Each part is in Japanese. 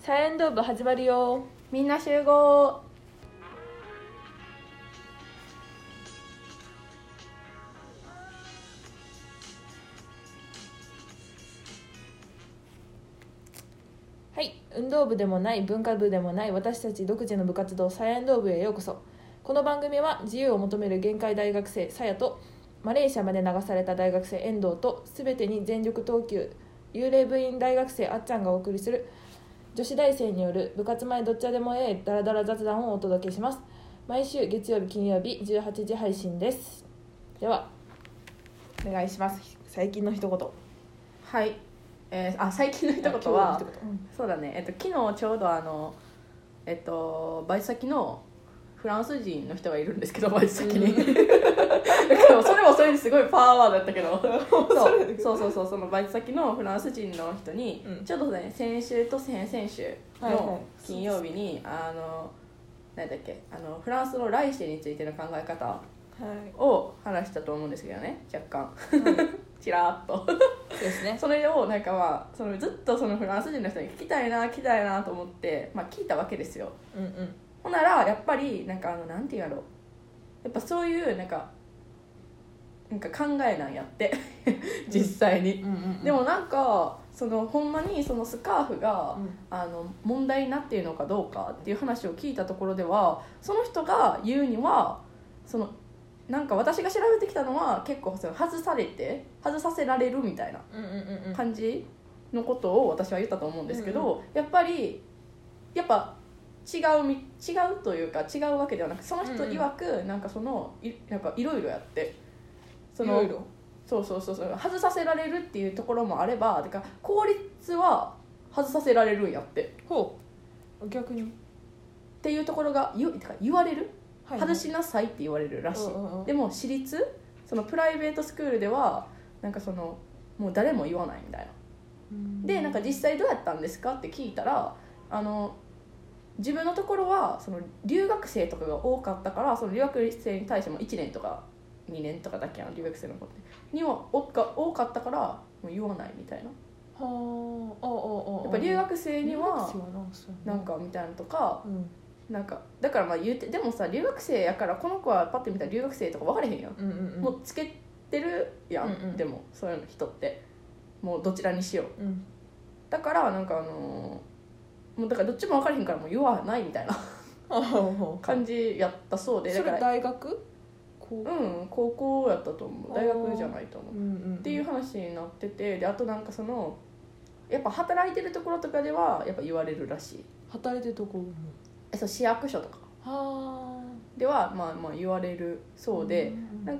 サイエンド部始まるよ。 みんな集合。 はい、運動部でもない文化部でもない私たち独自の部活動サイエンド部へようこそ。この番組は自由を求める限界大学生さやとマレーシアまで流された大学生遠藤と全てに全力投球幽霊部員大学生あっちゃんがお送りする女子大生による部活前どっちでもええダラダラ雑談をお届けします。毎週月曜日金曜日18時配信です。ではお願いします。最近の一言。 はい、最近の一言はそうだね、昨日ちょうどバイト先のフランス人の人がいるんですけど、バイト先に、だからそれもそれにすごいパワーワードだったけどそうそのバイト先のフランス人の人に、ちょっとね先週と先々週の金曜日に、何だっけ、フランスの来世についての考え方を話したと思うんですけどね、若干ちらっとですね。 それをなんかそのずっとそのフランス人の人に聞きたいなと思って、聞いたわけですよ。ほんならやっぱりなんかなんていうやろ、やっぱそういうなんか考えなんやって実際に、でもなんかそのほんまにそのスカーフが、問題になっているのかどうかっていう話を聞いたところでは、その人が言うにはそのなんか私が調べてきたのは結構その外させられるみたいな感じのことを私は言ったと思うんですけど、やっぱ違うというか違うわけではなく、その人曰くなんかなんかいろいろやって、そう外させられるっていうところもあれば、だから効率は外させられるんやって、 逆にっていうところが言われる、外しなさいって言われるらしい。でも私立そのプライベートスクールではなんかもう誰も言わないみたいな。でなんか実際どうやったんですかって聞いたら、自分のところはその留学生とかが多かったから、その留学生に対しても1年とか2年とかだっけな、留学生の子には多かったからもう言わないみたいな。やっぱ留学生にはなんかみたいなとか、なんかだから言うて、でもさ留学生やからこの子はパッて見たら留学生とか分かれへんやん、もうつけてるやん、でもそういう人ってもうどちらにしよう、だからなんかもうだからどっちも分かれへんからもう言わないみたいな感じやったそうで、だからそれ大学？ 高校やったと思う、大学じゃないと思う、っていう話になってて、であとなんかやっぱ働いてるところとかではやっぱ言われるらしい。 働いてるところも市役所とかではまあ言われるそうで、なんか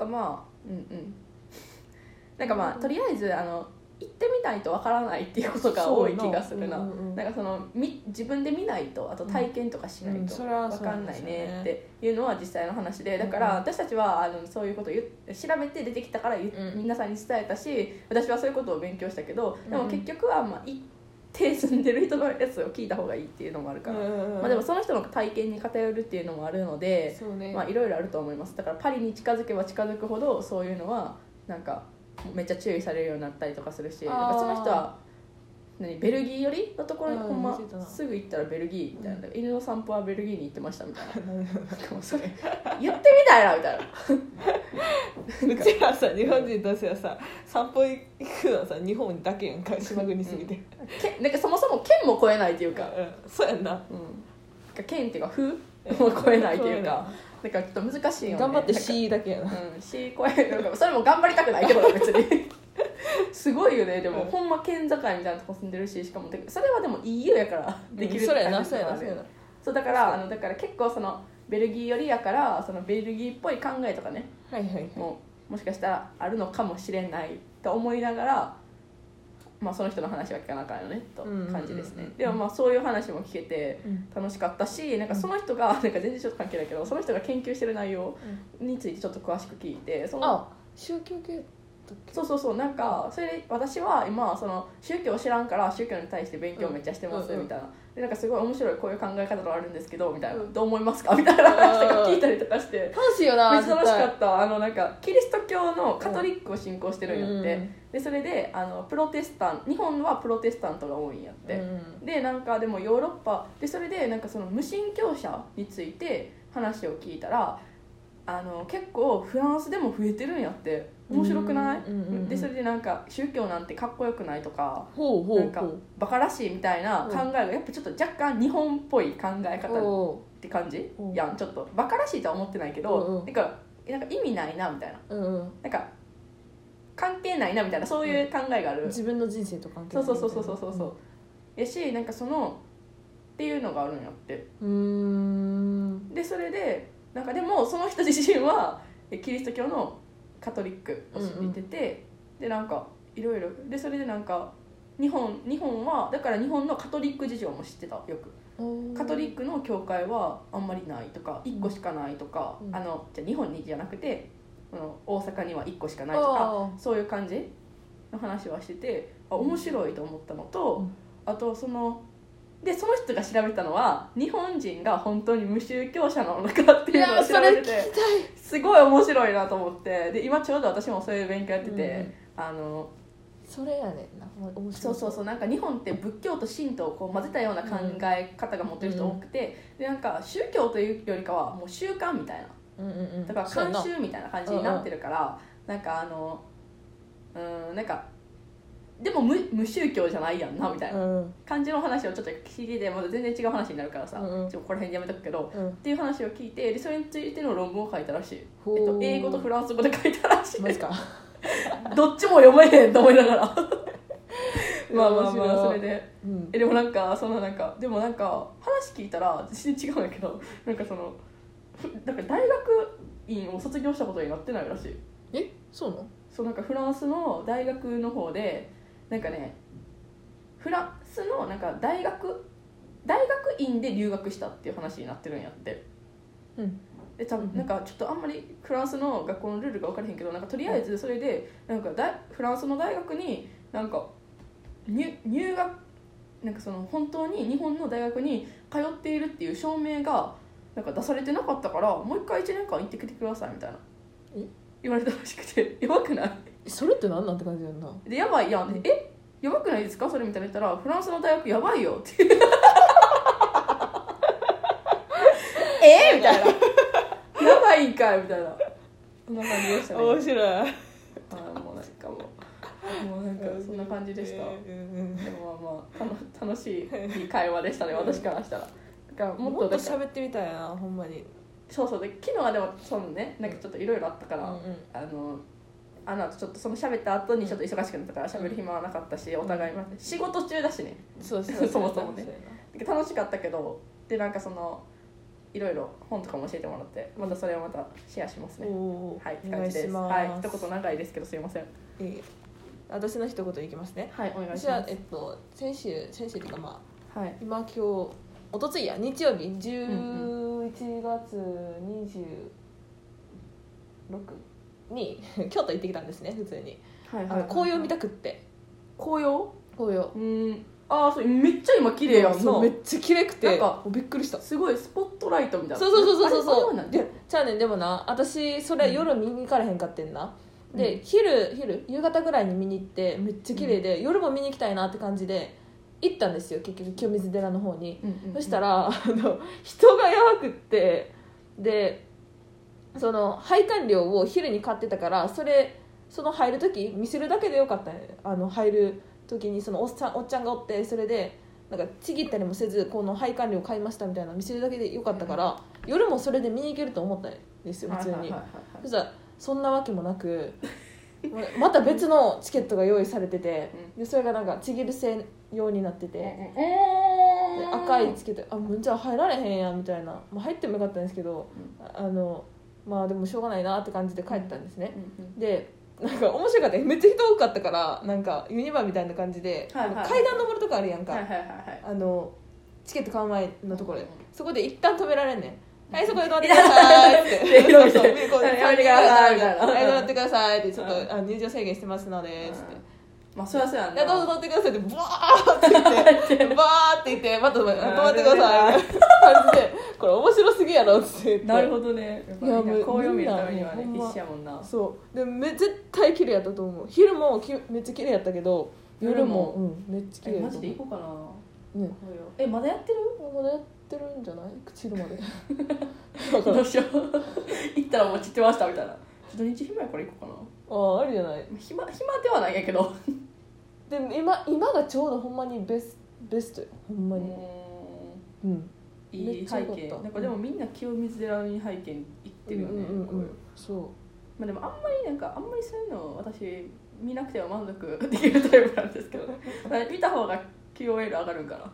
なんかとりあえず行ってみないとわからないっていうことが多い気がするな。なんか自分で見ないと、あと体験とかしないとわかんないねっていうのは実際の話で、だから私たちはそういうことを調べて出てきたから皆さんに伝えたし、私はそういうことを勉強したけど、でも結局は一定住んでる人のやつを聞いた方がいいっていうのもあるから、でもその人の体験に偏るっていうのもあるので、いろいろあると思います。だからパリに近づけば近づくほどそういうのはなんかめっちゃ注意されるようになったりとかするし、その人はベルギー寄りのところにほんますぐ行ったらベルギーみたいな、犬の散歩はベルギーに行ってましたみたいなもうそれ言ってみたいなみたいなうちはさ、日本人としてはさ、散歩行くのはさ日本だけやんか、島国すぎて、 なんかそもそも県も越えないっていうか、 そうやんな、 県っていうか風も越えないっていうか、なんかちょっと難しいよね。 頑張って C だけやな。 C 超えるのか、それも頑張りたくないけど別にすごいよね。でも、ほんま県境みたいなとこ住んでるし、しかもそれはでも EU やからできるって感じだね。そうだから結構ベルギー寄りやから、そのベルギーっぽい考えとかね、もしかしたらあるのかもしれないと思いながら、その人の話は聞かなあかんよねと感じですね。でもそういう話も聞けて楽しかったし、なんかその人がなんか全然ちょっと関係ないけど、その人が研究してる内容についてちょっと詳しく聞いて、 宗教系だっけ？ そうなんかそれで私は今宗教を知らんから宗教に対して勉強めっちゃしてますみたいなでなんかすごい面白いこういう考え方があるんですけどみたいな、どう思いますかみたいな話とか聞いたりとかして、 楽しいよな。 めっちゃ楽しかった。なんかキリスト教のカトリックを信仰してるんやって、でそれでプロテスタント、日本はプロテスタントが多いんやって、でなんかでもヨーロッパでそれでなんかその無神教者について話を聞いたら結構フランスでも増えてるんやって。面白くない？でそれでなんか宗教なんてかっこよくないとか、なんかバカらしいみたいな考えがやっぱちょっと若干日本っぽい考え方って感じやん。ちょっとバカらしいとは思ってないけど、なんか意味ないなみたいな、なんか関係ないなみたいな、そういう考えがある。 自分の人生と関係ない。 そうやし、なんかそのっていうのがあるんやって。でそれでなんかでもその人自身はキリスト教のカトリックを信じてて、でなんかいろいろでそれでなんか日本はだから日本のカトリック事情も知ってた。よくカトリックの教会はあんまりないとか1個しかないとか、じゃあ日本にじゃなくて大阪には1個しかないとか、そういう感じの話はしてて、面白いと思ったのと、あとその人が調べたのは日本人が本当に無宗教者なのかっていうのを調べてて、すごい面白いなと思って。で今ちょうど私もそういう勉強やってて、 それやねんな、面白い。 そうなんか日本って仏教と神道をこう混ぜたような考え方が持ってる人多くて、でなんか宗教というよりかはもう習慣みたいな、だから慣習みたいな感じになってるから、なんかなんかでも 無宗教じゃないやんなみたいな感じの話をちょっと聞いてて、まだ全然違う話になるからさ、ちょっとここら辺でやめとくけど、っていう話を聞いて、でそれについての論文を書いたらしい。英語とフランス語で書いたらしい。 マジかどっちも読めへんと思いながらまあそれで、でもなんかそのなんかでもなんか話聞いたら全然違うんだけど、なんかそのなんか大学院を卒業したことになってないらしい。 そうなの？ そうなんかフランスの大学の方でなんかね、フランスのなんか大学院で留学したっていう話になってるんやって。で多分なんかちょっとあんまりフランスの学校のルールが分からへんけど、なんかとりあえずそれでなんかフランスの大学になんか入学、なんかその本当に日本の大学に通っているっていう証明がなんか出されてなかったから、もう一回1年間行ってきてくださいみたいな言われたらしくて、やばくない？ それって何なんて感じやんな。 でやばいやん、やばくないですかそれみたいな言ったら、フランスの大学やばいよってみたいなやばいんかいみたいな、そんな感じでしたね。 面白い。 もうなんかもうなんかそんな感じでした。でも楽しい会話でしたね私からしたら。だからもっと喋ってみたいな、ほんまに。 そうで昨日はでもそうね、なんかちょっといろいろあったから、あの後ちょっとその喋った後にちょっと忙しくなったから喋る暇はなかったし、お互い仕事中だしね。そもそもね楽しかったけど、でなんかそのいろいろ本とかも教えてもらって、またそれをまたシェアしますね。はい、って感じです。はい、一言長いですけどすいません。 私の一言いきますね。 はい、お願いします。 じゃあ先週というか今日おとついや日曜日11月26に京都行ってきたんですね。普通に紅葉見たくって。紅葉そうめっちゃ今綺麗やんな。 めっちゃ綺麗くてなんかびっくりした。 すごいスポットライトみたいな。 そうじゃあね、でもな私それ夜見に行かれへんかってんな。で夕方ぐらいに見に行ってめっちゃ綺麗で、夜も見に行きたいなって感じで行ったんですよ、結局清水寺の方に。そしたら人がやばくって、でその配管料を昼に買ってたから、その入る時見せるだけでよかったね。入る時にそのおっちゃんがおって、それでなんかちぎったりもせずこの配管料買いましたみたいな見せるだけでよかったから、夜もそれで見に行けると思ったんですよ普通に。そしたらそんなわけもなくまた別のチケットが用意されてて、でそれがなんかちぎる専用になってて、で赤いチケットじゃあ入られへんやんみたいな、入ってもよかったんですけど、まあでもしょうがないなって感じで帰ったんですね。でなんか面白かった。めっちゃ人多かったから、なんかユニバみたいな感じで、階段登るとこあるやんか、チケット買う前のところで、そこで一旦止められんねん。はい、そこで止ってくださいって止めてくださいみたいな、はい、止ってくださいって、ちょっと入場制限してますのでつってまあそりゃそうやんな。どうぞ乗ってくださいってバーって言ってバーって言ってまた止まってくださいみたいな感じでこれ面白すぎやろって言って。 なるほどね。 いや紅葉見るためにはね必死やもんな。 そうで絶対綺麗やったと思う。昼もめっちゃ綺麗やったけど夜もめっちゃ綺麗。 マジで行こうかな。 ね、 まだやってる？ まだやってるんじゃない？散るまでどうしよう行ったらもう散ってましたみたいな。土日暇やから行こうかな。 ありじゃない。 暇ではないんやけどでも今がちょうどほんまにベストよほんまに。 いい背景。なんかでもみんな清水寺に背景行ってるよね。 そう。 まあでもあんまりそういうの私見なくては満足できるタイプなんですけど見た方が QOL 上がるんかな。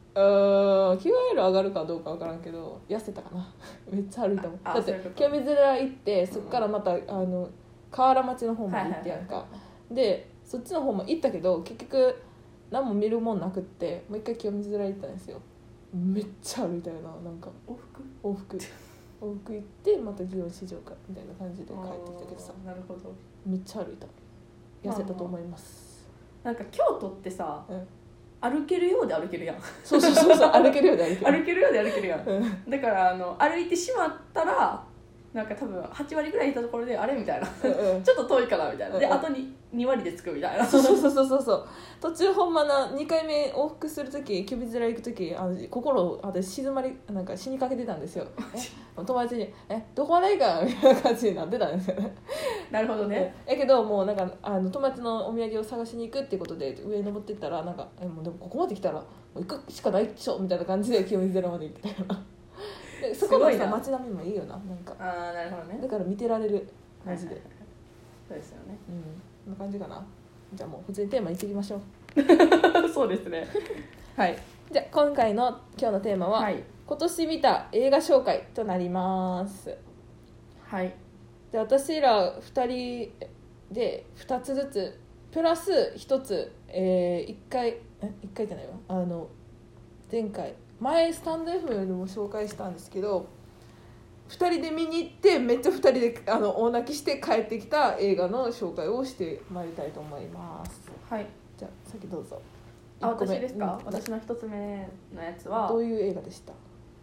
QOL 上がるかどうか分からんけど痩せたかなめっちゃ歩いたもん。だって清水寺行ってそっからまた河原町の方まで行ってやんか、でそっちの方も行ったけど結局何も見るもんなくってもう一回清水寺行ったんですよ。めっちゃ歩いたよな。なんか往復行ってまた祇園四条かみたいな感じで帰ってきたけどさ。 なるほど。 めっちゃ歩いた。痩せたと思います。 なんか京都ってさ、歩けるようで歩けるやん。 そう歩けるようで歩ける歩けるようで歩けるやん、だから歩いてしまったらなんか多分8割ぐらいいたところであれみたいなちょっと遠いかなみたいなであとに2割で着くみたいな。 そう途中ほんまな2回目往復する時清水寺行く時心私静まりなんか死にかけてたんですよ友達に「どこまで行かん?」みたいな感じになってたんですよね。 なるほどね。 やけどもうなんか友達のお土産を探しに行くっていうことで上に登ってったらなんかもうでもここまで来たらもう行くしかないっしょみたいな感じで清水寺まで行ってたよな。でそこのさ街並みもいいよな。なんかなるほどね。 だから見てられるマジで。 そうですよね。 こんな感じかな。じゃあもう普通にテーマいっていきましょうそうですね。はい。 じゃあ今日のテーマは、今年見た映画紹介となります。 はい。 で私ら2人で2つずつプラス1つ、1回じゃないわ前スタンド FM でも紹介したんですけど2人で見に行ってめっちゃ2人で大泣きして帰ってきた映画の紹介をしてまいりたいと思います。 はい。 じゃあ先どうぞ。 私ですか、私の1つ目のやつはどういう映画でした？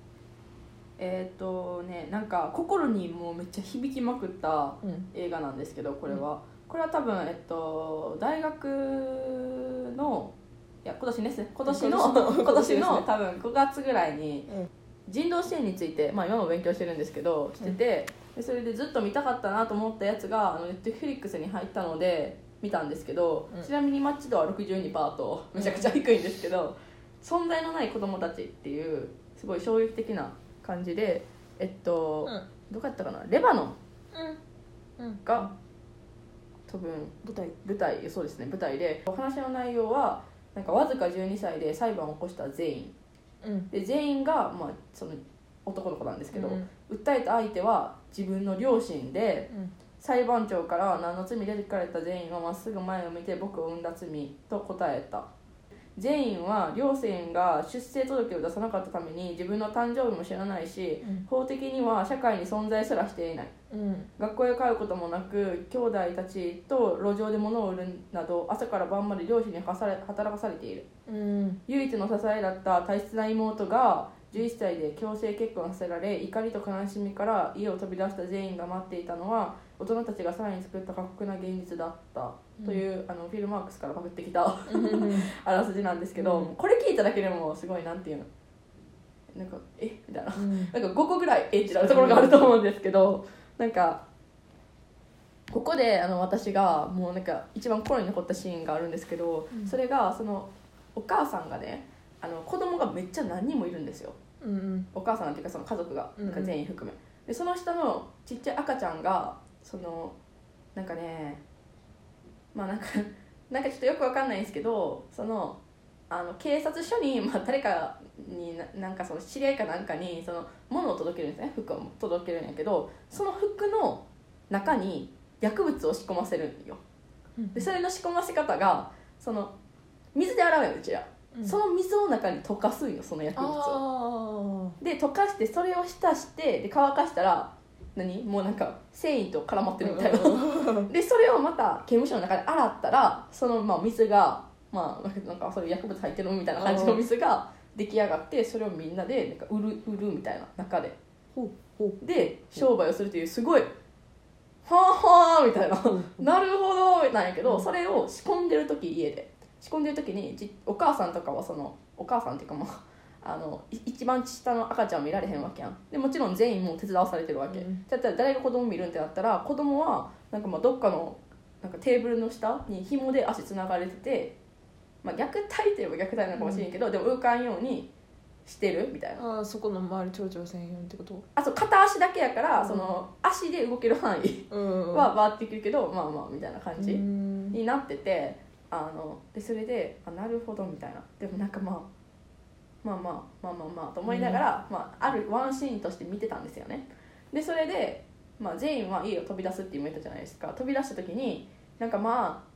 なんか心にもうめっちゃ響きまくった映画なんですけど、これは多分大学の今年の多分9月ぐらいに人道支援について、今も勉強してるんですけどしてて、でそれでずっと見たかったなと思ったやつがNetflixに入ったので見たんですけど、ちなみにマッチ度は 62% とめちゃくちゃ低いんですけど、存在のない子供たちっていうすごい衝撃的な感じでどこやったかな、レバノンが多分舞台そうですね、舞台でお話の内容はなんかわずか12歳で裁判を起こした全員、で全員が、その男の子なんですけど、訴えた相手は自分の両親で、裁判長から何の罪で聞かれた全員はまっすぐ前を見て僕を産んだ罪と答えた。全員は両親が出生届を出さなかったために自分の誕生日も知らないし、法的には社会に存在すらしていない、学校へ通うこともなく兄弟たちと路上で物を売るなど朝から晩まで両親に働かされている、唯一の支えだった大切な妹が11歳で強制結婚させられ、怒りと悲しみから家を飛び出した全員が待っていたのは大人たちがさらに作った過酷な現実だったという、フィルマークスからパクってきたあらすじなんですけど、これ聞いただけでもすごいなんていうのなんかみたいな、なんか5個ぐらいってなるところがあると思うんですけど、なんかここで私がもうなんか一番心に残ったシーンがあるんですけど、それがそのお母さんがね子供がめっちゃ何人もいるんですよ、お母さんっていうかその家族がなんか全員含め、でその下のちっちゃい赤ちゃんがそのなんかねなんかちょっとよくわかんないんですけど、その警察署に、誰かになんかその知り合いかなんかにその物を届けるんですね、服を届けるんやけど、その服の中に薬物を仕込ませるんよ。でそれの仕込ませ方がその水で洗うやんうちら、その水の中に溶かすんよ、その薬物を。で溶かしてそれを浸してで乾かしたらもうなんか繊維と絡まってるみたいなでそれをまた刑務所の中で洗ったらそのまあ水がまあなんかそういう薬物入ってるみたいな感じの水が出来上がってそれをみんなでなんか売るみたいな中でで商売をするというすごいはあはあみたいななるほどなんやけどそれを仕込んでる時家で仕込んでる時にお母さんとかはそのお母さんっていうかまあ一番下の赤ちゃんを見られへんわけやんでもちろん全員もう手伝わされてるわけ、だったら誰が子供見るんってなったら子供はなんかまあどっかのなんかテーブルの下に紐で足つながれてて、まあ、虐待といえば虐待なのかもしれんけど、でも動かんようにしてるみたいなそこの周りちょろちょろせんようにってこと？ そう片足だけやから、その足で動ける範囲はバーっていけるけど、まあまあみたいな感じになっててでそれでなるほどみたいなでもなんかまあと思いながら、あるワンシーンとして見てたんですよね。でそれで、全員は家を飛び出すって言ってたじゃないですか。飛び出した時になんか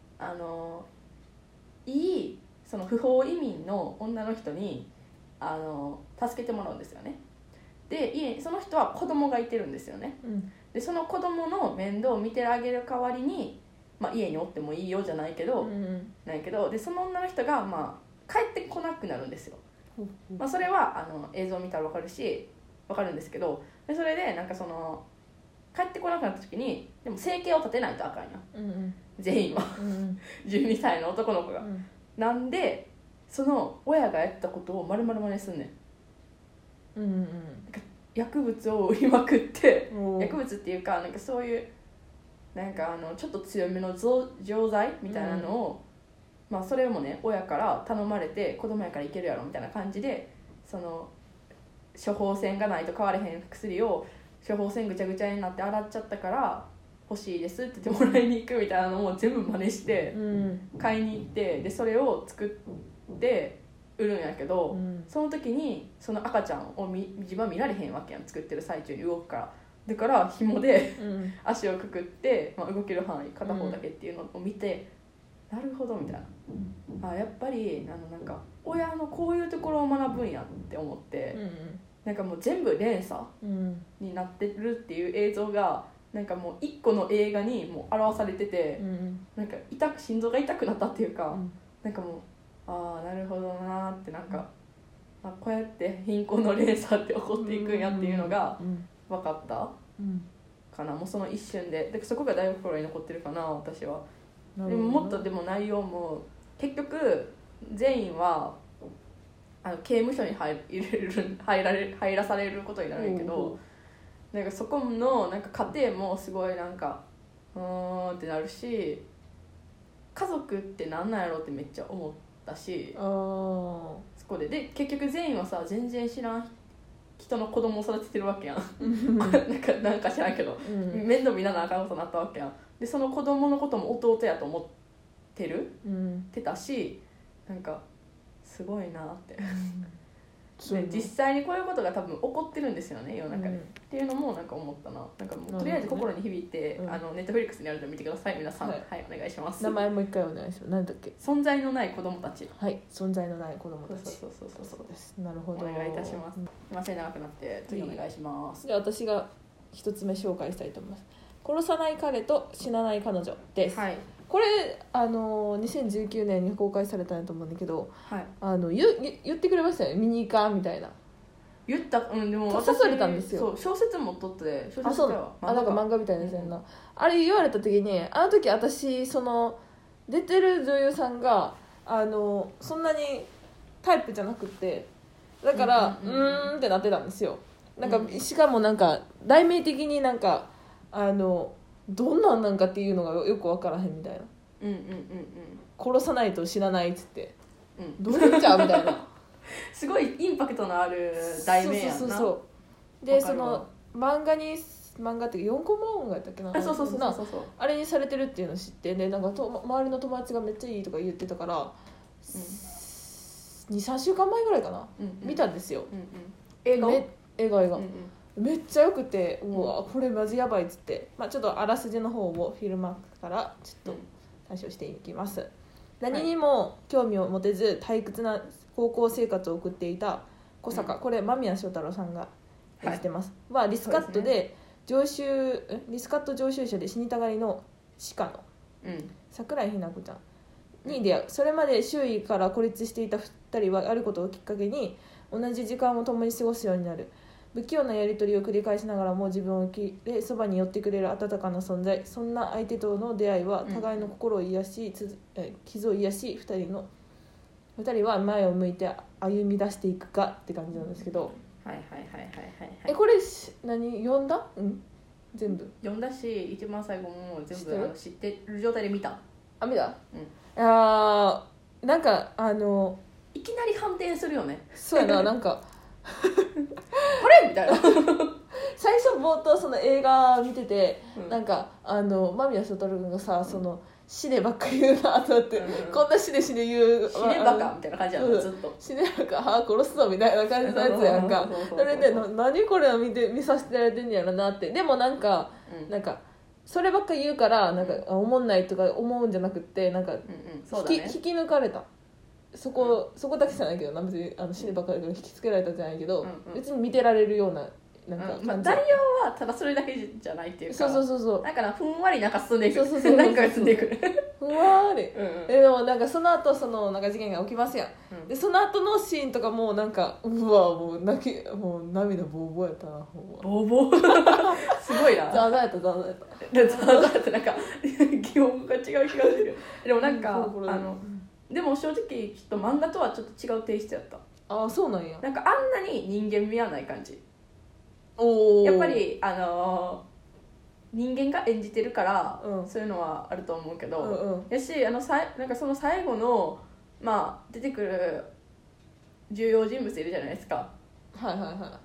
いいその不法移民の女の人に助けてもらうんですよね。でその人は子供がいてるんですよね、でその子供の面倒を見てあげる代わりに、家におってもいいよじゃないけど、でその女の人が、帰ってこなくなるんですよ。それは映像見たら分かるんですけど、でそれでなんかその帰ってこなくなった時にでも生計を立てないとあかんや、全員は、12歳の男の子が、なんでその親がやったことを丸々真似すんねん、薬物を売りまくって薬物っていうかなんかそういうなんかちょっと強めの錠剤みたいなのを、それもね親から頼まれて子供やからいけるやろみたいな感じでその処方箋がないと買われへん薬を処方箋ぐちゃぐちゃになって洗っちゃったから欲しいですって言ってもらいに行くみたいなのを全部真似して買いに行ってでそれを作って売るんやけど、その時にその赤ちゃんを自分は見られへんわけやん、作ってる最中に動くからだから紐で足をくくって、動ける範囲片方だけっていうのを見て、なるほどみたいな、やっぱりなんか親のこういうところを学ぶんやって思って、なんかもう全部連鎖になってるっていう映像がなんかもう一個の映画にもう表されてて、なんか心臓が痛くなったっていうか、なんかもうなるほどなってなんか、こうやって貧困の連鎖って起こっていくんやっていうのが分かったかな、もうその一瞬でそこが大学心に残ってるかな私は。でももっとでも内容も結局全員は刑務所に入らされることになるんやけど、なんかそこのなんか家庭もすごいなんかってなるし、家族ってなんなんやろってめっちゃ思ったし、そこで結局全員はさ全然知らん人の子供を育ててるわけやんなんか知らんけど、面倒見なあかんことになったわけやん。でその子供のことも弟やと思ってたし、なんかすごいなって、で実際にこういうことが多分起こってるんですよね世の中で、っていうのもなんか思ったな。なんかもうとりあえず心に響いて、ネットフリックスにあるので見てください皆さん、はい、お願いします。 名前もう一回お願いします。何だっけ？ 存在のない子供たち。 はい、存在のない子供たち。 そうです。なるほど。 お願いいたします。すいません長くなって次お願いします。 で私が一つ目紹介したいと思います。殺さない彼と死なない彼女です、これ2019年に公開されたんやと思うんだけど、言ってくれましたよね、見に行かんみたいな言った、でも私誘われたんですよ。 そう小説も撮って小説だよ、なんか漫画みたいなやつやんな、あれ言われた時にあの時私その出てる女優さんがそんなにタイプじゃなくてだからってなってたんですよ。なんかしかもなんか題名的になんかどんなんなんかっていうのがよく分からへんみたいな、殺さないと死なないっつって、どうなっちゃうみたいなすごいインパクトのある題名やんな。 そうでその漫画って4コマ漫画やったっけな、あれにされてるっていうのを知って、ね、なんか周りの友達がめっちゃいいとか言ってたから、2,3 週間前ぐらいかな、見たんですよ、映画、めっちゃよくて、うわこれマジやばいっつって、ちょっとあらすじの方をフィルマーからちょっと参照していきます、何にも興味を持てず退屈な高校生活を送っていた小坂、これ間宮祥太朗さんが演じてます、はリスカットでリスカット常習者で死にたがりの鹿の桜井日奈子ちゃんに出会う。それまで周囲から孤立していた2人はあることをきっかけに同じ時間を共に過ごすようになる。不器用なやり取りを繰り返しながらも自分を受け入れそばに寄ってくれる温かな存在。そんな相手との出会いは互いの心を癒し、傷を癒し2人は前を向いて歩み出していくかって感じなんですけど、 はいはいはいはいはい。 これ読んだ？全部読んだし、一番最後も全部知ってる状態で見た。 見た？なんかいきなり反転するよね。 そうやな、なんかこれみたいな最初冒頭その映画見てて、なんか間宮祥太朗君がさ、その死ねばっか言うなと思って、こんな死ね言う死ねばかみたいな感じやったずっと死ねばか殺すぞみたいな感じのやつやんか。それで何これを見させてられてんやろなって。でもなんかそればっか言うからなんか思んないとか思うんじゃなくってなんか引き抜かれた。そこだけじゃないけどな、別に死ねばっかり引きつけられたじゃないけど、別に見てられるようななんか感じ、 内容はただそれだけじゃないっていうか、 そうだからふんわりなんか進んでいく、なんか進んでいくふんわり、でもなんかその後なんか事件が起きますやん、でその後のシーンとかもなんかうわもう涙ボーボーやったな、ほんまボーボーすごいな、 ザーザーやったなんか基本が違う気がするけど、でもなんかでも正直ちょっと漫画とはちょっと違うテイストやった。 そうなんや。 なんかあんなに人間味はない感じ。やっぱり人間が演じてるから、そういうのはあると思うけど、やしなんかその最後の出てくる重要人物いるじゃないですか。 はいはいはい。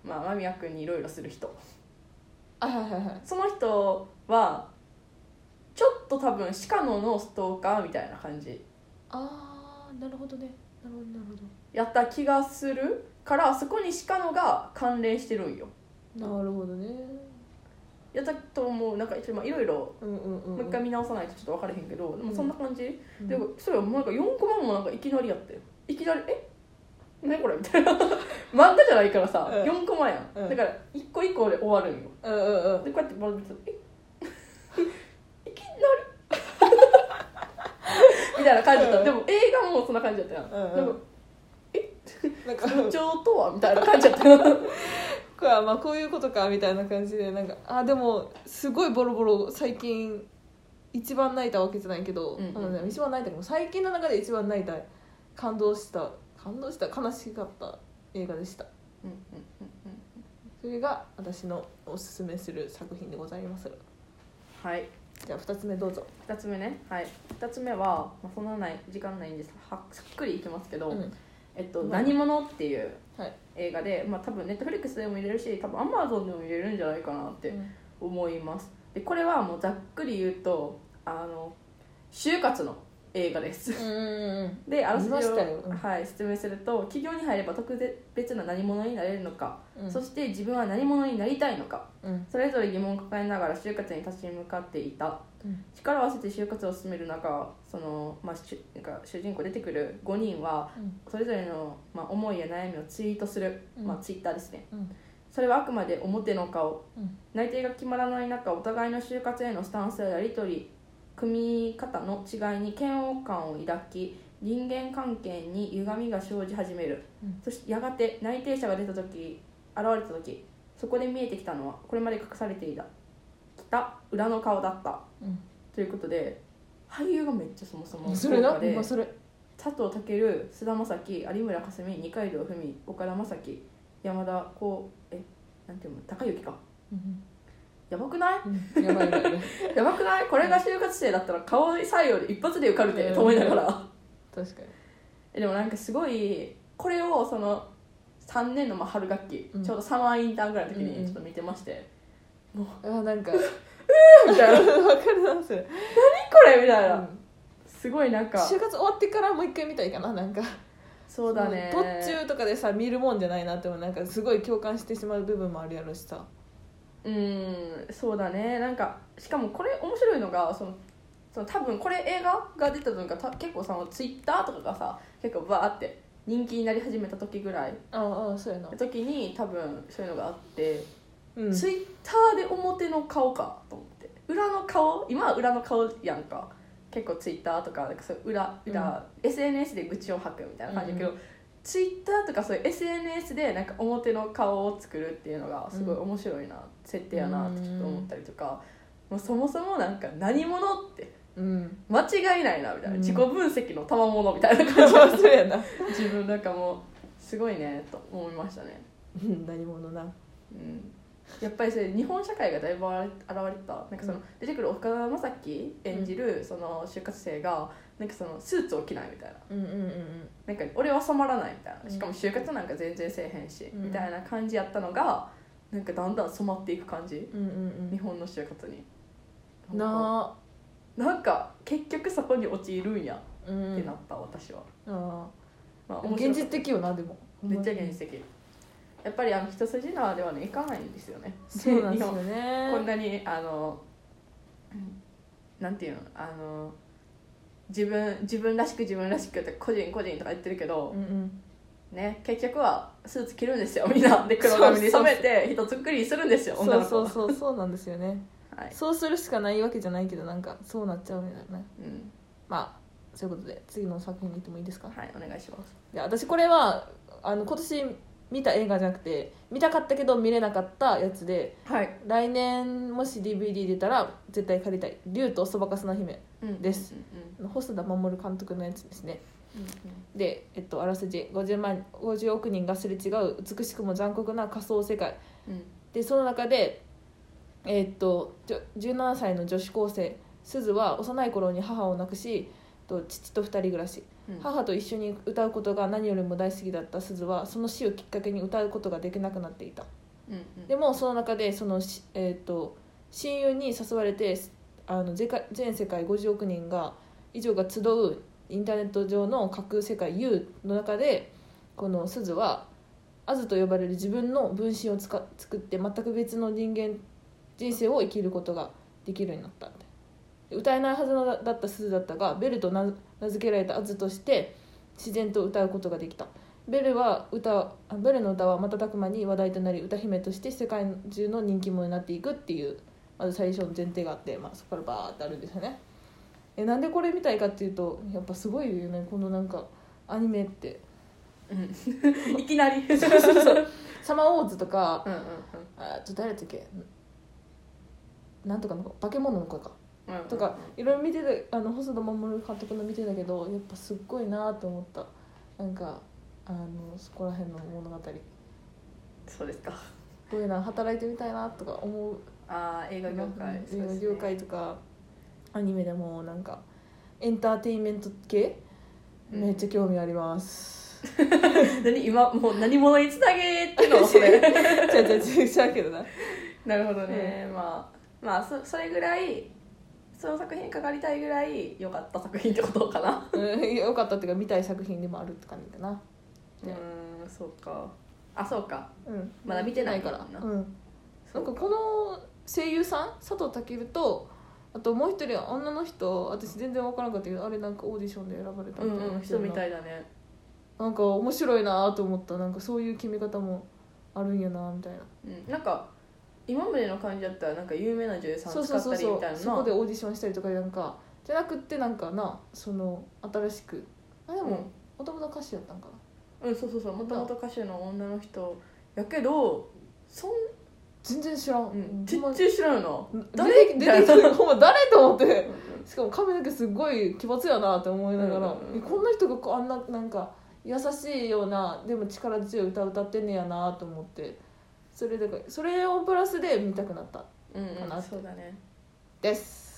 間宮君にいろいろする人。 はいはいはい。 その人はちょっと多分鹿野のストーカーみたいな感じ。 なるほどね。なるほど。 やった気がするからそこに鹿野が関連してるんよ。 なるほどね。 やったと思う。なんかいろいろもう一回見直さないとちょっと分からへんけど、でもそんな感じ、でそれはもうなんか4コマもなんかいきなりやっていきなり何これみたいな漫画じゃないからさ、4コマやん、だから1個1個で終わるんよ、でこうやってバル見ていきなりみたいな感じだった。でも映画もそんな感じだったやん、なんか部長とはみたいな感じだったよこういうことかみたいな感じで、なんかでもすごいボロボロ最近一番泣いたわけじゃないけど、一番泣いたけど最近の中で一番泣いた、感動した悲しかった映画でした。それが私のおすすめする作品でございます。 はい、 じゃあ2つ目どうぞ。 2つ目ね、はい、2つ目は、そんな時間ないんですさっくりいきますけど、何者っていう映画で、多分ネットフリックスでも見れるし多分アマゾンでも見れるんじゃないかなって思います。でこれはもうざっくり言うと就活の映画です。であらすじを、説明すると、企業に入れば特別な何者になれるのか、そして自分は何者になりたいのか、それぞれ疑問を抱えながら就活に立ち向かっていた。力を合わせて就活を進める中、なんか主人公出てくる5人はそれぞれの、思いや悩みをツイートする、ツイッターですね。それはあくまで表の顔、内定が決まらない中、お互いの就活へのスタンスややり取り、組み方の違いに嫌悪感を抱き、人間関係に歪みが生じ始める、そしてやがて内定者が現れた時、そこで見えてきたのはこれまで隠されていた裏の顔だった、ということで、俳優がめっちゃそもそも豪華で、佐藤健、菅田将暉、有村架純、二階堂ふみ、岡田将生、山田なんていうの、高之か、やばくない？やばくない？これが就活生だったら顔採用で一発で受かるってと思いながら確かに。 でもなんかすごいこれをその3年の春学期、ちょうどサマーインターンぐらいの時にちょっと見てまして、もうなんかみたいな分かるなそれ、 何これみたいな、すごいなんか就活終わってからもう一回見たいかな。なんかそうだね、 途中とかでさ見るもんじゃないなっても、なんかすごい共感してしまう部分もあるやろしさ。 そうだね。なんかしかもこれ面白いのがその多分これ映画が出た時が結構ツイッターとかがさ結構バーって人気になり始めた時ぐらいそうやな時に多分そういうのがあって、 ツイッターで表の顔かと思って、裏の顔、今は裏の顔やんか、結構ツイッターとかなんかそう裏、SNS で愚痴を吐くみたいな感じだけど、ツイッターとかそういう SNS でなんか表の顔を作るっていうのがすごい面白いな、設定やなってちょっと思ったりとか、もうそもそもなんか何者って間違いないなみたいな、自己分析の賜物みたいな感じがするやな自分なんかもうすごいねと思いましたね何者な、 やっぱりそれ日本社会がだいぶ現れた。なんかその出てくる岡田将生演じるその就活生がなんかそのスーツを着ないみたいな、なんか俺は染まらないみたいな、しかも就活なんか全然せえへんし、みたいな感じやったのがなんかだんだん染まっていく感じ、日本の就活になんか結局そこに陥るんやってなった、私は。 現実的よな。でもめっちゃ現実的。やっぱり一筋縄ではねいかないんですよね。 そうなんですよね。 こんなになんていうの自分らしくって個人とか言ってるけど、ね、結局はスーツ着るんですよみんなで、黒髪に染めて一つくりするんですよ女の子は。 そうなんですよね、はい、そうするしかないわけじゃないけどなんかそうなっちゃうみたいなね、まあそういうことで次の作品に行ってもいいですか。 はい、お願いします。 いや私これは今年見た映画じゃなくて見たかったけど見れなかったやつで、来年もし DVD 出たら絶対借りたい竜とそばかすの姫です、細田守監督のやつですね。で、あらすじ50億人がすれ違う美しくも残酷な仮想世界、でその中で、17歳の女子高生鈴は幼い頃に母を亡くし父と2人暮らし、母と一緒に歌うことが何よりも大好きだった鈴はその死をきっかけに歌うことができなくなっていた、でもその中でその、親友に誘われて全世界50億人以上が集うインターネット上の架空世界 U の中でこの鈴はアズと呼ばれる自分の分身を作って全く別の人生を生きることができるようになった。歌えないはずだった鈴だったがベルと名付けられたアズとして自然と歌うことができた。ベルの歌は瞬く間に話題となり歌姫として世界中の人気者になっていくっていうまず最初の前提があって、そこからバーってあるんですよね。なんでこれ見たいかっていうとやっぱすごいよねこのなんかアニメって、 いきなりサマーウォーズとか、誰だっけなんとかの化け物の子かとかいろいろ見てて細田守監督の見てたけどやっぱすっごいなと思った。なんかそこら辺の物語そうですか。 すごいな働いてみたいなとか思う。 映画業界、 映画業界とかアニメでもなんかエンターテインメント系、めっちゃ興味あります今もう何者につなげってのそれ違うけどな。 なるほどね、それぐらいその作品かかりたいぐらい良かった作品ってことかな。 良かったっていうか見たい作品でもあるって感じかな。 そうか。そうか、まだ見てないからな。 なんかこの声優さん佐藤健とあともう一人は女の人私全然分からなかったけどあれなんかオーディションで選ばれたみたいな人みたいだね。 なんか面白いなと思った。なんかそういう決め方もあるんやなみたいな、 なんか今までの感じだったらなんか有名な女優さん使ったりみたいなそこでオーディションしたりとかなんかじゃなくってなんかなその新しくでももともと歌手やったんかな。 そうもともと歌手の女の人やけど全然知らん、 全然知らんよな。 誰出てきたほんま誰と思ってしかも髪の毛すごい奇抜やなって思いながら、こんな人があんななんか優しいようなでも力強い歌歌ってんねやなと思ってそれをプラスで見たくなったかなって、 そうだねです。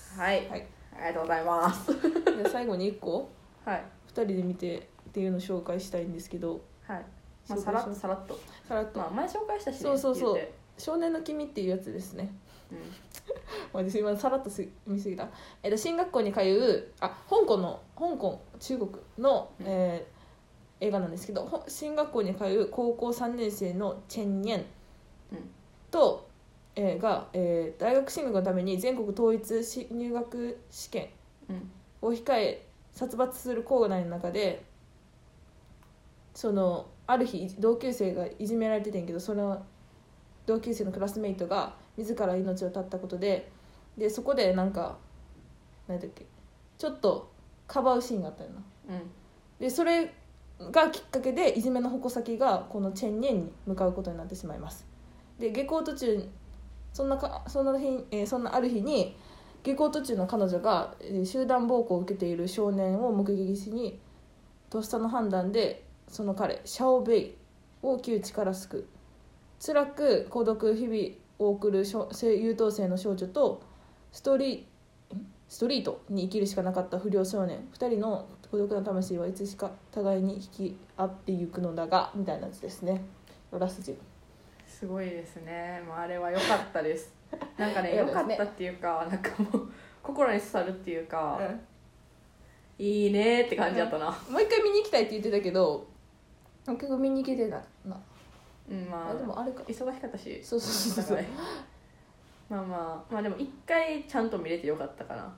はい、ありがとうございますで最後に1個、2人で見てっていうのを紹介したいんですけど、 さらっと、前紹介したしね。 そう少年の君っていうやつですね。私今さらっと見すぎた。進学校に通う中国の、映画なんですけど進学校に通う高校3年生のチェンニェンと、が、大学進学のために全国統一入学試験を控え殺伐する校内の中である日同級生がいじめられててんけどその同級生のクラスメイトが自ら命を絶ったことで、そこでなんだっけ、ちょっとかばうシーンがあったよな。でそれがきっかけでいじめの矛先がこのチェンニェンに向かうことになってしまいます。で下校途中そんなある日に下校途中の彼女が集団暴行を受けている少年を目撃しに、とっさの判断でその彼シャオベイを窮地から救う。辛く孤独日々を送る優等生の少女とストリートに生きるしかなかった不良少年2人の孤独な魂はいつしか互いに引き合っていくのだが、みたいなやつですね。ラスジすごいですね。あれは良かったですなんかね良かったっていうか、なんかもう心に刺さるっていうか、いいねって感じだったな、 もう一回見に行きたいって言ってたけど結局見に行けてないな。でもあれか忙しかったし、 そうまあでも一回ちゃんと見れてよかったかな。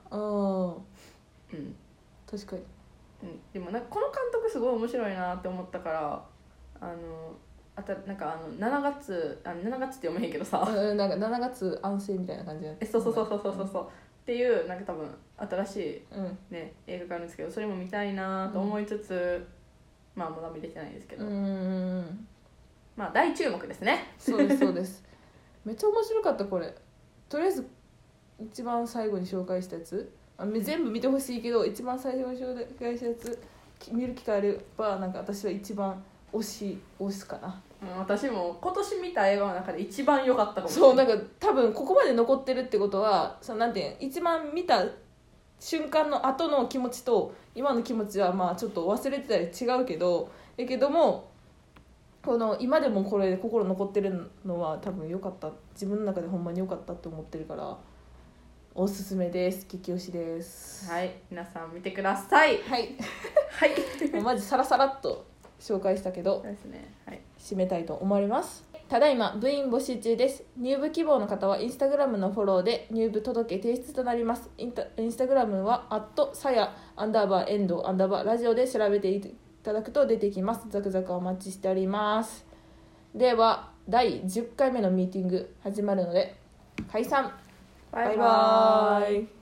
確かに、 でもなんかこの監督すごい面白いなって思ったから、なんか7月って読めへんけどさ、 なんか7月安静みたいな感じで、 そうっていうなんか多分新しい、映画があるんですけど、それも見たいなと思いつつ、まだ見れてないですけど、大注目ですね。 そうですめっちゃ面白かったこれ。とりあえず一番最後に紹介したやつ、全部見てほしいけど一番最初に紹介したやつ見る機会あれば、なんか私は一番推すかな。 私も今年見た映画の中で一番良かったかもしれない。 そう、なんか多分ここまで残ってるってことはなんて一番見た瞬間の後の気持ちと今の気持ちはちょっと忘れてたり違うけども、この今でもこれ心残ってるのは多分良かった、自分の中でほんまに良かったって思ってるからおすすめです。激推しです。 はい、皆さん見てください。 はいもうマジサラサラっと紹介したけど、 そうですね、 締めたいと思います。ただいま部員募集中です。入部希望の方はインスタグラムのフォローで入部届提出となります。インスタグラムは@saya_endo_ラジオで調べていただくと出てきます。ザクザクお待ちしております。では第10回目のミーティング始まるので解散。バイバーイ。